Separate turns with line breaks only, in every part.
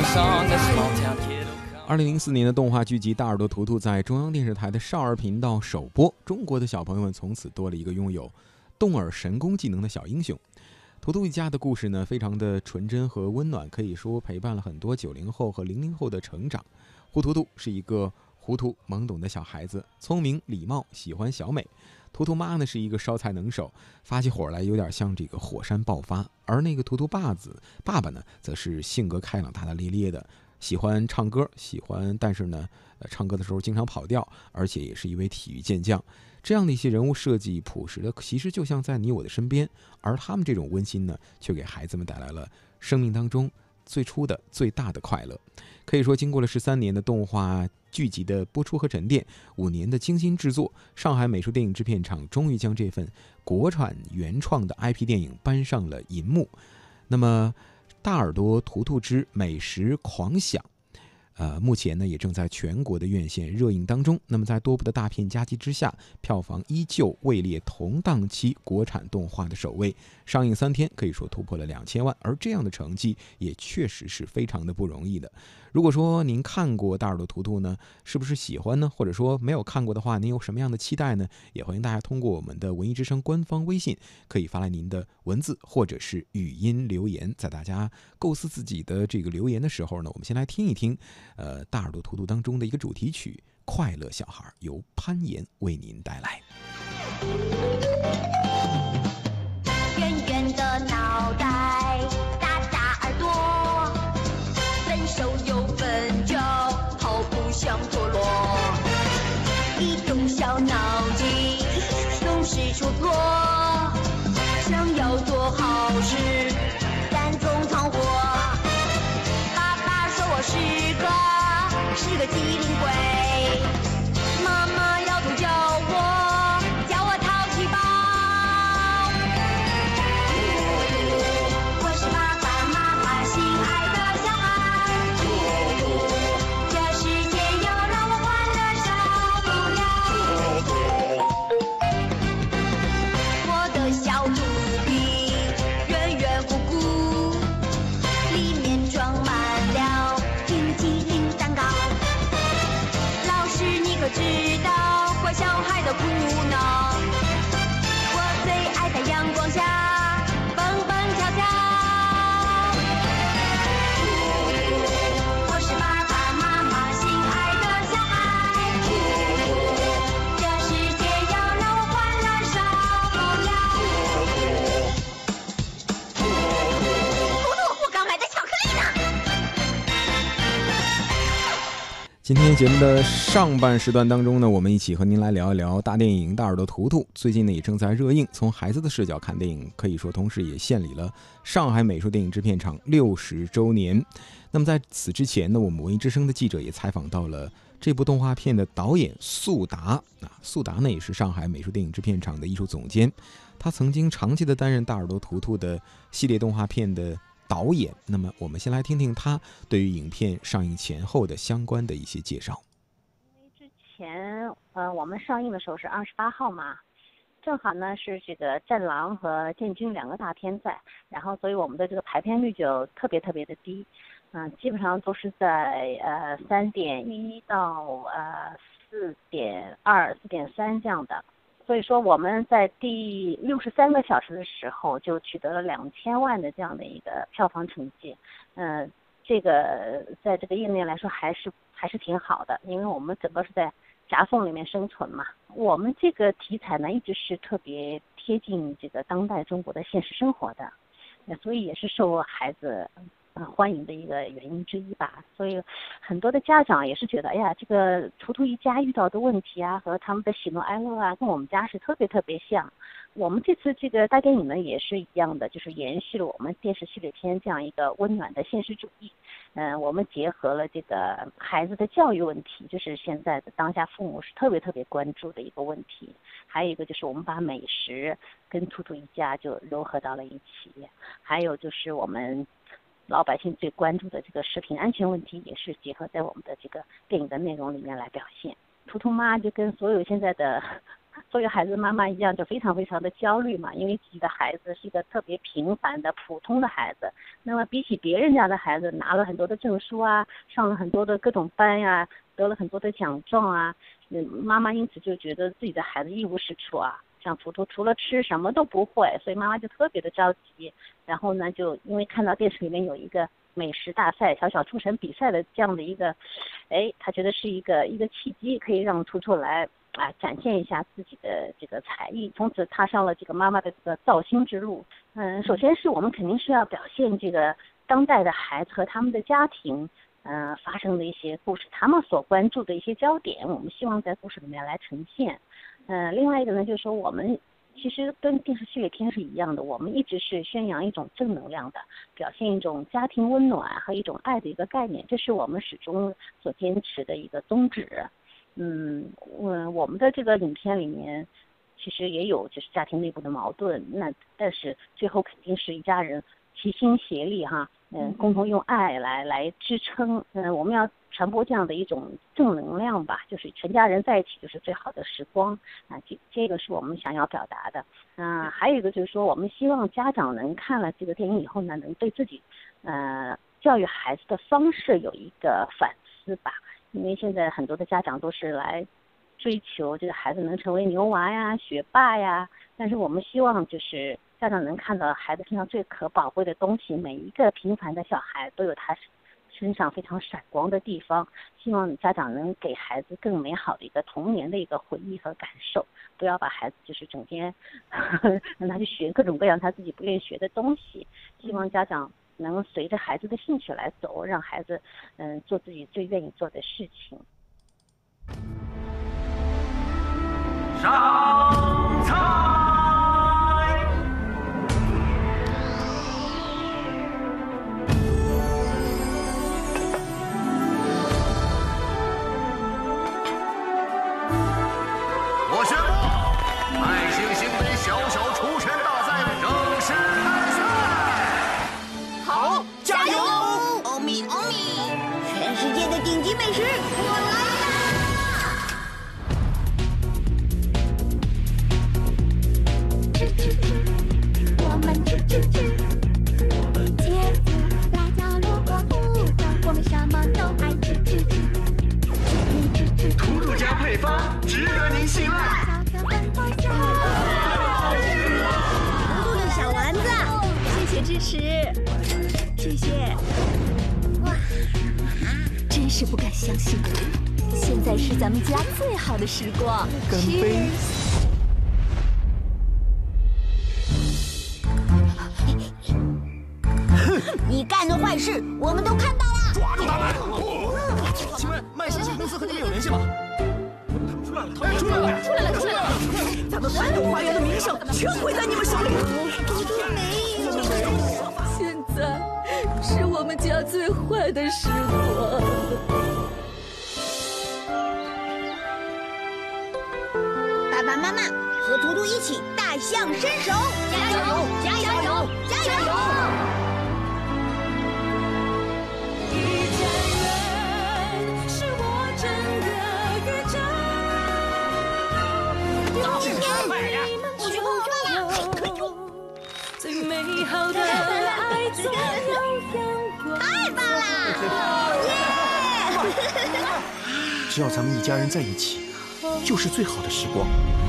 2004年的动画剧集《大耳朵图图》在中央电视台的少儿频道首播，中国的小朋友们从此多了一个拥有动耳神功技能的小英雄。图图一家的故事呢，非常的纯真和温暖，可以说陪伴了很多90后和00后的成长。胡图图是一个糊涂懵懂的小孩子，聪明礼貌，喜欢小美。图图妈呢是一个烧菜能手，发起火来有点像这个火山爆发。而那个图图爸爸呢，则是性格开朗、大大咧咧的，喜欢唱歌，但是呢，唱歌的时候经常跑调，而且也是一位体育健将。这样的一些人物设计朴实的，其实就像在你我的身边，而他们这种温馨呢，却给孩子们带来了生命当中最初的最大的快乐。可以说，经过了13年的动画剧集的播出和沉淀，5年的精心制作，上海美术电影制片厂终于将这份国产原创的 IP 电影搬上了银幕。那么大耳朵图图之美食狂想目前呢也正在全国的院线热映当中。那么在多部的大片夹击之下，票房依旧位列同档期国产动画的首位，上映3天可以说突破了2000万，而这样的成绩也确实是非常的不容易的。如果说您看过大耳朵图图呢，是不是喜欢呢？或者说没有看过的话，您有什么样的期待呢？也欢迎大家通过我们的文艺之声官方微信，可以发来您的文字或者是语音留言。在大家构思自己的这个留言的时候呢，我们先来听一听大耳朵图图当中的一个主题曲《快乐小孩》，由潘岩为您带来。
圆圆的脑袋，大大耳朵，分手又分脚，跑步像陀螺，一动小脑筋，总是出错。想要做好事，干中闯祸。爸爸说我是个机灵鬼，妈妈要多教我淘气包。我是爸爸妈妈心爱的小孩，这世界要让我欢乐少不了。我的小肚皮圆圆鼓鼓，里面装满了冰淇淋蛋糕。老师你可知道乖小孩的苦恼？我最爱在阳光下蹦蹦跳跳。我是爸爸妈妈心爱的小孩，这世界要让我欢乐少不了。图图，我刚买的巧克力呢。
今天节目的上半时段当中呢，我们一起和您来聊一聊大电影《大耳朵图图》。最近呢也正在热映，从孩子的视角看电影，可以说同时也献礼了上海美术电影制片厂60周年。那么在此之前呢，我们文艺之声的记者也采访到了这部动画片的导演速达。速达呢也是上海美术电影制片厂的艺术总监，他曾经长期的担任《大耳朵图图》的系列动画片的导演。那么我们先来听听他对于影片上映前后的相关的一些介绍。
之前我们上映的时候是28号嘛，正好呢是这个战狼和建军2个大片在，然后所以我们的这个排片率就特别的低，基本上都是在3.1到4.2、4.3这样的。所以说我们在第63个小时的时候就取得了2000万的这样的一个票房成绩，这个在这个业内来说还是挺好的，因为我们整个是在夹缝里面生存嘛。我们这个题材呢一直是特别贴近这个当代中国的现实生活的，所以也是受孩子欢迎的一个原因之一吧。所以很多的家长也是觉得，哎呀，这个图图一家遇到的问题啊和他们的喜怒哀乐啊跟我们家是特别像。我们这次这个大电影呢也是一样的，就是延续了我们电视系列片这样一个温暖的现实主义。我们结合了这个孩子的教育问题，就是现在的当下父母是特别关注的一个问题。还有一个就是我们把美食跟图图一家就糅合到了一起，还有就是我们老百姓最关注的这个食品安全问题，也是结合在我们的这个电影的内容里面来表现。图图妈就跟所有现在的所有孩子妈妈一样，就非常非常的焦虑嘛，因为自己的孩子是一个特别平凡的普通的孩子，那么比起别人家的孩子拿了很多的证书啊，上了很多的各种班呀，得了很多的奖状啊，妈妈因此就觉得自己的孩子一无是处啊，像图图除了吃什么都不会，所以妈妈就特别的着急。然后呢，就因为看到电视里面有一个美食大赛、小小厨神比赛的这样的一个，他觉得是一个契机，可以让图图来展现一下自己的这个才艺，从此踏上了这个妈妈的这个造星之路。首先是我们肯定是要表现这个当代的孩子和他们的家庭发生的一些故事，他们所关注的一些焦点，我们希望在故事里面来呈现。另外一个呢，就是说我们其实跟电视系列片是一样的，我们一直是宣扬一种正能量的，表现一种家庭温暖和一种爱的一个概念，这是我们始终所坚持的一个宗旨。我们的这个影片里面其实也有就是家庭内部的矛盾，但是最后肯定是一家人齐心协力哈，共同用爱来支撑。我们要传播这样的一种正能量吧，就是全家人在一起就是最好的时光啊，这个是我们想要表达的。还有一个就是说，我们希望家长能看了这个电影以后呢，能对自己教育孩子的方式有一个反思吧。因为现在很多的家长都是来追求这个孩子能成为牛娃呀、学霸呀，但是我们希望就是家长能看到孩子身上最可宝贵的东西，每一个平凡的小孩都有他身上非常闪光的地方，希望家长能给孩子更美好的一个童年的一个回忆和感受，不要把孩子就是整天让他去学各种各样他自己不愿意学的东西，希望家长能随着孩子的兴趣来走，让孩子做自己最愿意做的事情。
上菜！我宣布，爱星星杯小小厨神大赛正式开赛！
好，加油！欧米欧米，全世界的顶级美食，我来啦！我们吃吃吃，茄子、辣椒、萝卜、土豆，我们什么都爱吃吃吃。
图图家配方，值得您信赖。
小小粉头小兔的小丸子，谢谢支持，谢谢。哇，真是不敢相信，现在是咱们家最好的时光。
干杯！
你干的坏事，我们都看到了。
抓住他们！请问麦星星公司和你有联系吗？他们出来了！出来了！
咱们半岛花园的名声全毁在你们手里。没有。
现在是我们家最坏的时光。
爸爸妈妈和图图一起大象伸手，加油！加油！加油！
一家人是我整个宇宙。
不许碰我！
最美好的爱总有阳光。
太棒了！耶！
只要咱们一家人在一起，就是最好的时光。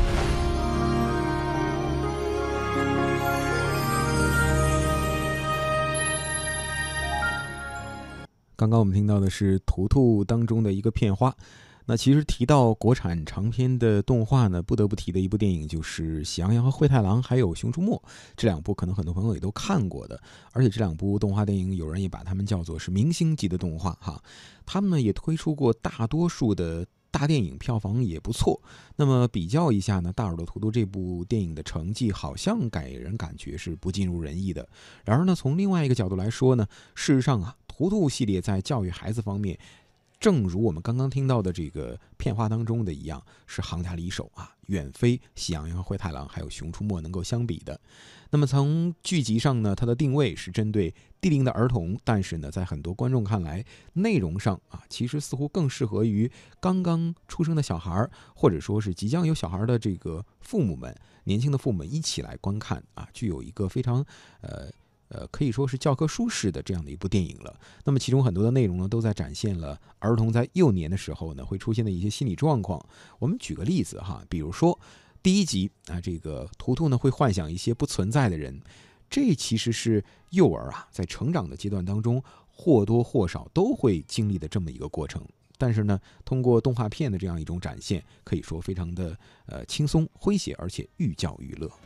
刚刚我们听到的是《图图》当中的一个片花。那其实提到国产长篇的动画呢，不得不提的一部电影就是《喜羊羊和灰太狼》还有《熊出没》，这两部可能很多朋友也都看过的。而且这两部动画电影，有人也把它们叫做是明星级的动画哈。他们呢也推出过大多数的大电影，票房也不错。那么比较一下呢，《大耳朵图图》这部电影的成绩好像给人感觉是不尽如人意的。然而呢，从另外一个角度来说呢，事实上啊，图图系列在教育孩子方面正如我们刚刚听到的这个片花当中的一样，是行家里手啊，远非喜羊羊、灰太狼还有熊出没能够相比的。那么从剧集上呢，它的定位是针对低龄的儿童，但是呢，在很多观众看来，内容上啊，其实似乎更适合于刚刚出生的小孩，或者说是即将有小孩的这个父母们、年轻的父母们一起来观看啊，具有一个非常可以说是教科书式的这样的一部电影了。那么其中很多的内容呢，都在展现了儿童在幼年的时候呢会出现的一些心理状况。我们举个例子哈，比如说第一集啊，这个图图呢会幻想一些不存在的人，这其实是幼儿啊在成长的阶段当中或多或少都会经历的这么一个过程。但是呢，通过动画片的这样一种展现，可以说非常的轻松诙谐，而且寓教于乐。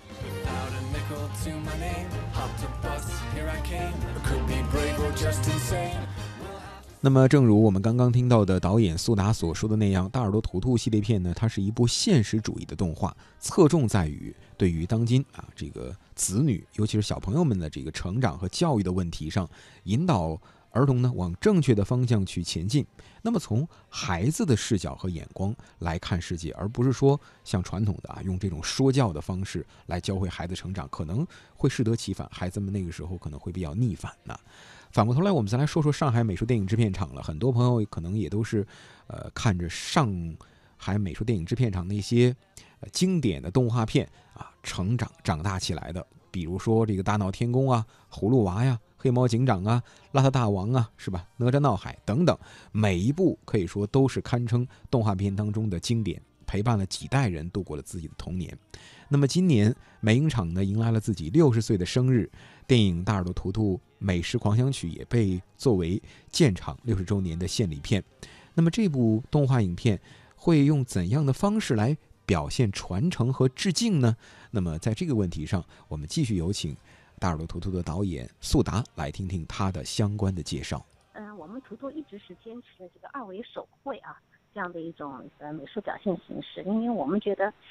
那么正如我们刚刚听到的导演苏达所说的那样，大耳朵图图系列片呢，它是一部现实主义的动画，侧重在于对于当今啊这个子女，尤其是小朋友们的这个成长和教育的问题上，引导儿童呢往正确的方向去前进。那么从孩子的视角和眼光来看世界，而不是说像传统的啊用这种说教的方式来教会孩子成长，可能会适得其反，孩子们那个时候可能会比较逆反呢。反过头来，我们再来说说上海美术电影制片厂了。很多朋友可能也都是看着上海美术电影制片厂那些经典的动画片啊长大起来的，比如说这个大闹天宫啊、葫芦娃呀、黑猫警长啊、邋遢大王啊，是吧？哪吒闹海等等，每一部可以说都是堪称动画片当中的经典，陪伴了几代人度过了自己的童年。那么今年美影厂呢迎来了自己60岁的生日，电影《大耳朵图图美食狂想曲》也被作为建厂60周年的献礼片。那么这部动画影片会用怎样的方式来表现传承和致敬呢？那么在这个问题上，我们继续有请大耳朵图图的导演素达来听听他的相关的介绍。
我们图图一直是坚持的这个2维手绘啊这样的一种美术表现形式，因为我们觉得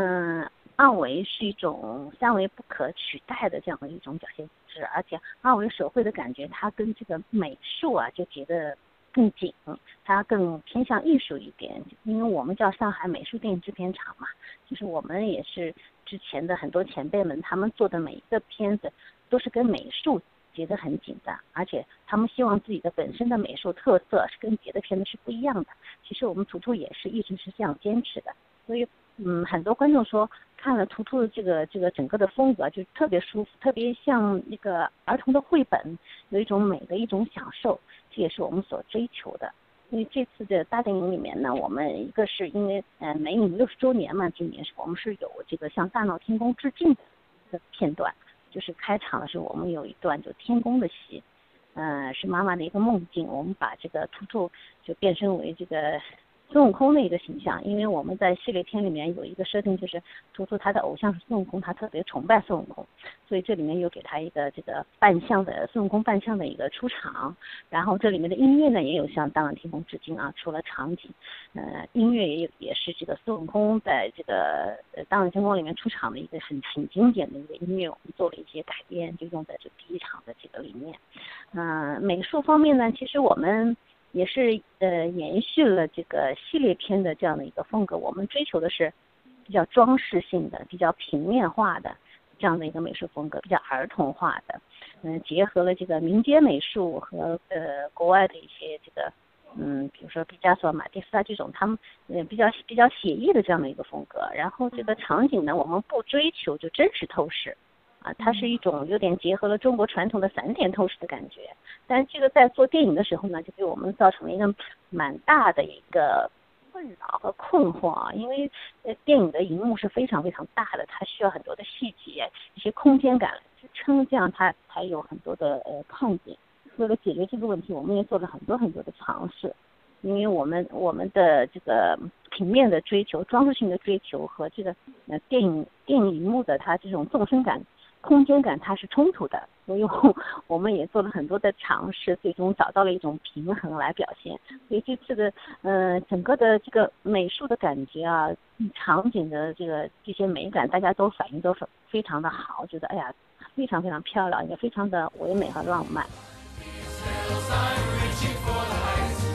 2维是一种3维不可取代的这样的一种表现形式，而且2维手绘的感觉它跟这个美术啊就觉得更紧，它更偏向艺术一点。因为我们叫上海美术电影制片厂嘛，就是我们也是之前的很多前辈们他们做的每一个片子都是跟美术结得很紧的，而且他们希望自己的本身的美术特色是跟别的片子是不一样的。其实我们图图也是一直是这样坚持的，所以很多观众说看了图图的这个整个的风格就特别舒服，特别像那个儿童的绘本，有一种美的一种享受，这也是我们所追求的。因为这次的大电影里面呢，我们一个是因为美影60周年嘛，今年是我们是有这个向大闹天宫致敬的片段，就是开场的时候我们有一段就天宫的戏，是妈妈的一个梦境，我们把这个图图就变身为这个孙悟空的一个形象。因为我们在系列片里面有一个设定，就是图图他的偶像是孙悟空，他特别崇拜孙悟空，所以这里面又给他一个这个扮相的孙悟空扮相的一个出场。然后这里面的音乐呢也有向大闹天宫致敬啊，除了场景音乐也是这个孙悟空在这个大闹天宫里面出场的一个很经典的一个音乐，我们做了一些改编，就用在这第一场的这个里面。美术方面呢，其实我们也是延续了这个系列片的这样的一个风格，我们追求的是比较装饰性的、比较平面化的这样的一个美术风格，比较儿童化的，结合了这个民间美术和国外的一些这个比如说毕加索、马蒂斯啊这种他们比较写意的这样的一个风格。然后这个场景呢，我们不追求就真实透视啊，它是一种有点结合了中国传统的散点透视的感觉。但是这个在做电影的时候呢，就给我们造成了一个蛮大的一个困扰和困惑啊，因为电影的荧幕是非常非常大的，它需要很多的细节、一些空间感来支撑，这样它才有很多的看点。为了解决这个问题，我们也做了很多的尝试。因为我们的这个平面的追求、装饰性的追求和这个电影荧幕的它这种纵深感、空间感它是冲突的，所以我们也做了很多的尝试，最终找到了一种平衡来表现。所以这次的整个的这个美术的感觉啊，场景的这些美感，大家都反应都非常的好，觉得哎呀非常非常漂亮，也非常的唯美和浪漫。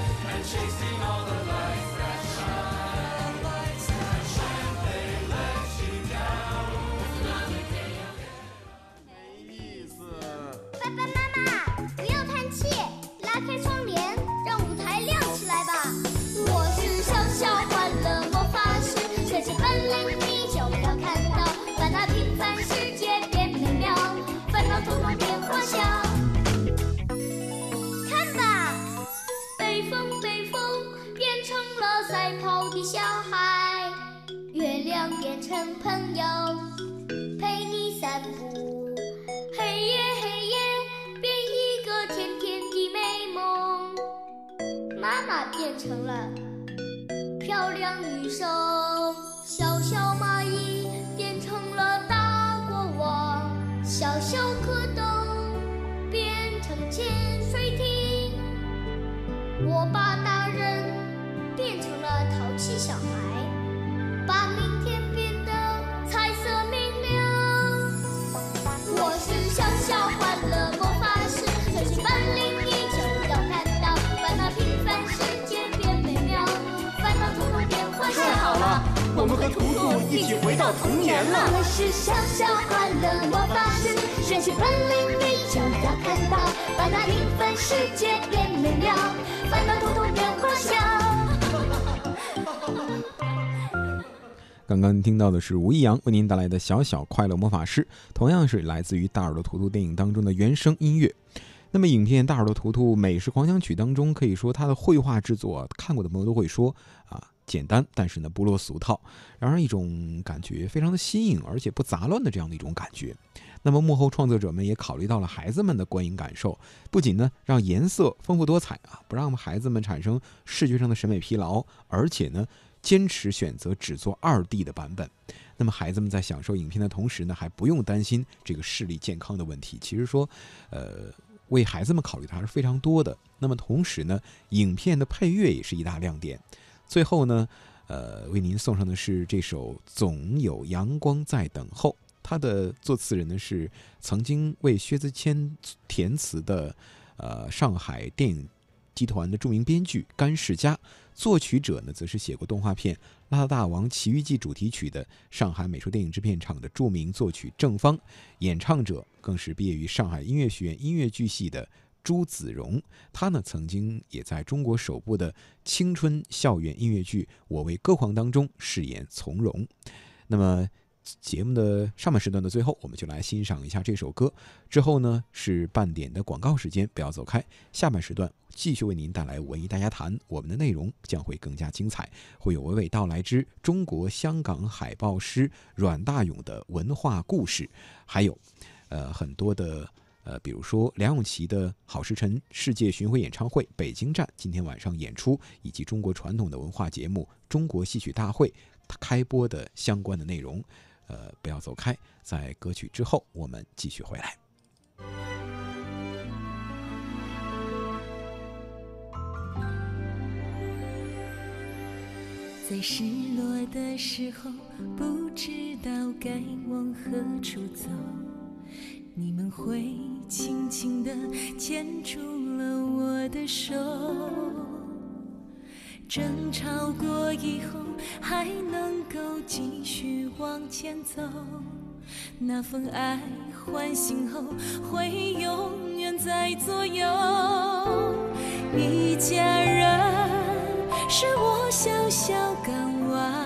爸爸妈妈，不要叹气，拉开窗帘，让舞台亮起来吧。我是小小欢乐魔法师，学习本领你就要看到，把那平凡世界变美妙，烦恼统统变欢笑。看吧，北风北风变成了赛跑的小孩，月亮变成朋友，陪你散步。黑夜黑夜变一个甜甜的美梦，妈妈变成了漂亮女生，小小蚂蚁变成了大国王，小小蝌蚪变成潜水艇，我把大人变成了淘气小孩，把明天变得彩色明亮。我是小小欢乐魔法师，学习本领你就要看到，把那平凡世界变美妙，烦恼统统变欢笑。
太好了，我们和图图一起回到童年了。
我是小小欢乐魔法师，学习本领你就要看到，把那平凡世界变美妙，烦恼统统变欢笑。
刚刚听到的是吴亦阳为您带来的小小快乐魔法师，同样是来自于大耳朵图图电影当中的原声音乐。那么影片《大耳朵图图美食狂想曲》当中，可以说它的绘画制作，看过的朋友都会说简单，但是呢不落俗套，让人一种感觉非常的新颖，而且不杂乱的这样的一种感觉。那么幕后创作者们也考虑到了孩子们的观影感受，不仅呢让颜色丰富多彩不让孩子们产生视觉上的审美疲劳，而且呢坚持选择只做2D 的版本。那么孩子们在享受影片的同时呢，还不用担心这个视力健康的问题。其实说为孩子们考虑的还是非常多的。那么同时呢，影片的配乐也是一大亮点。最后呢为您送上的是这首《总有阳光在等候》，它的作词人呢是曾经为薛之谦填词的上海电影集团的著名编剧甘世佳，作曲者呢则是写过动画片《邋遢大王奇遇记》主题曲的上海美术电影制片厂的著名作曲郑芳，演唱者更是毕业于上海音乐学院音乐剧系的朱子荣。他呢曾经也在中国首部的青春校园音乐剧《我为歌狂》当中饰演从容。那么节目的上半时段的最后，我们就来欣赏一下这首歌，之后呢是半点的广告时间，不要走开。下半时段继续为您带来文艺大家谈，我们的内容将会更加精彩，会有娓娓道来之中国香港海报师阮大勇的文化故事，还有很多的比如说梁咏琪的好时辰世界巡回演唱会北京站今天晚上演出，以及中国传统的文化节目中国戏曲大会开播的相关的内容。不要走开，在歌曲之后我们继续回来。
在失落的时候，不知道该往何处走，你们会轻轻地牵住了我的手，争吵过以后还能够继续往前走，那份爱唤醒后会永远在左右。一家人是我小小港湾，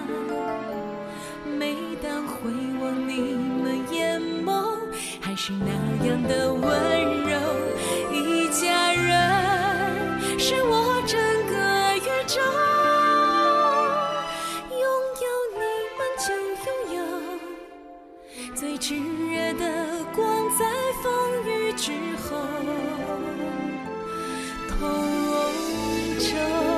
每当回望你们眼眸，还是那样的温柔。一家人是我整个宇宙，最炙热的光在风雨之后同舟。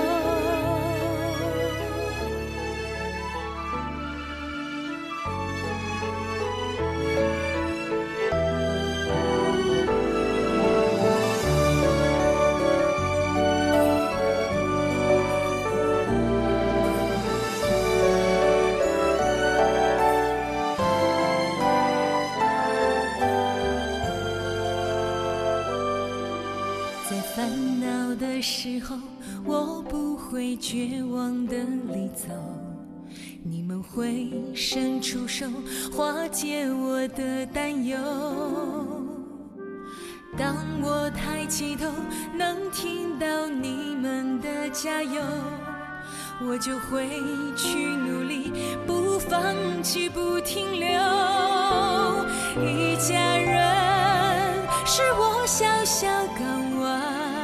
在烦恼的时候，我不会绝望地离走，你们会伸出手化解我的担忧。当我抬起头能听到你们的加油，我就会去努力，不放弃，不停留。一家人是我小小港湾，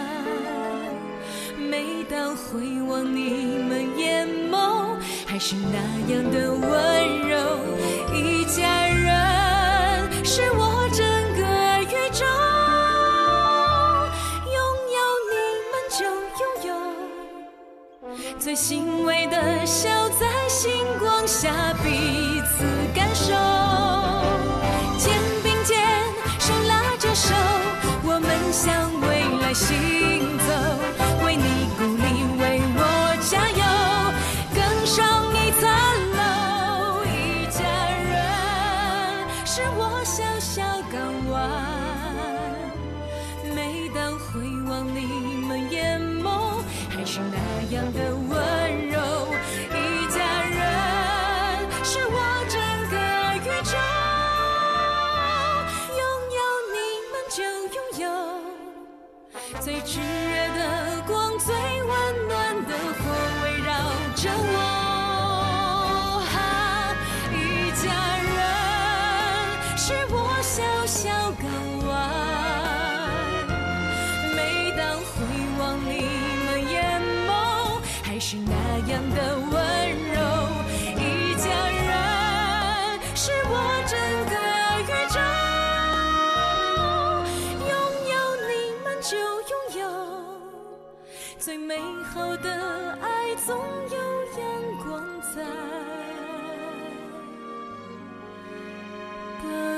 每当回望你们眼眸，还是那样的温柔。一家人是我整个宇宙，最欣慰的笑在星光下彼此感受，肩并肩，手拉着手，我们向未来行走，为你鼓励，为我加油，更上一层楼。一家人是我小小港湾，每当回望你们眼眸，还是那样的温柔。一家人是我整个宇宙，拥有你们就拥有最炽热的光，最温暖的火围绕着我。一家人是我小小港湾，每当回望你们眼眸，还是那样的温柔。一家人是我整个宇宙，拥有你们就拥有最美好的爱，总有阳光在。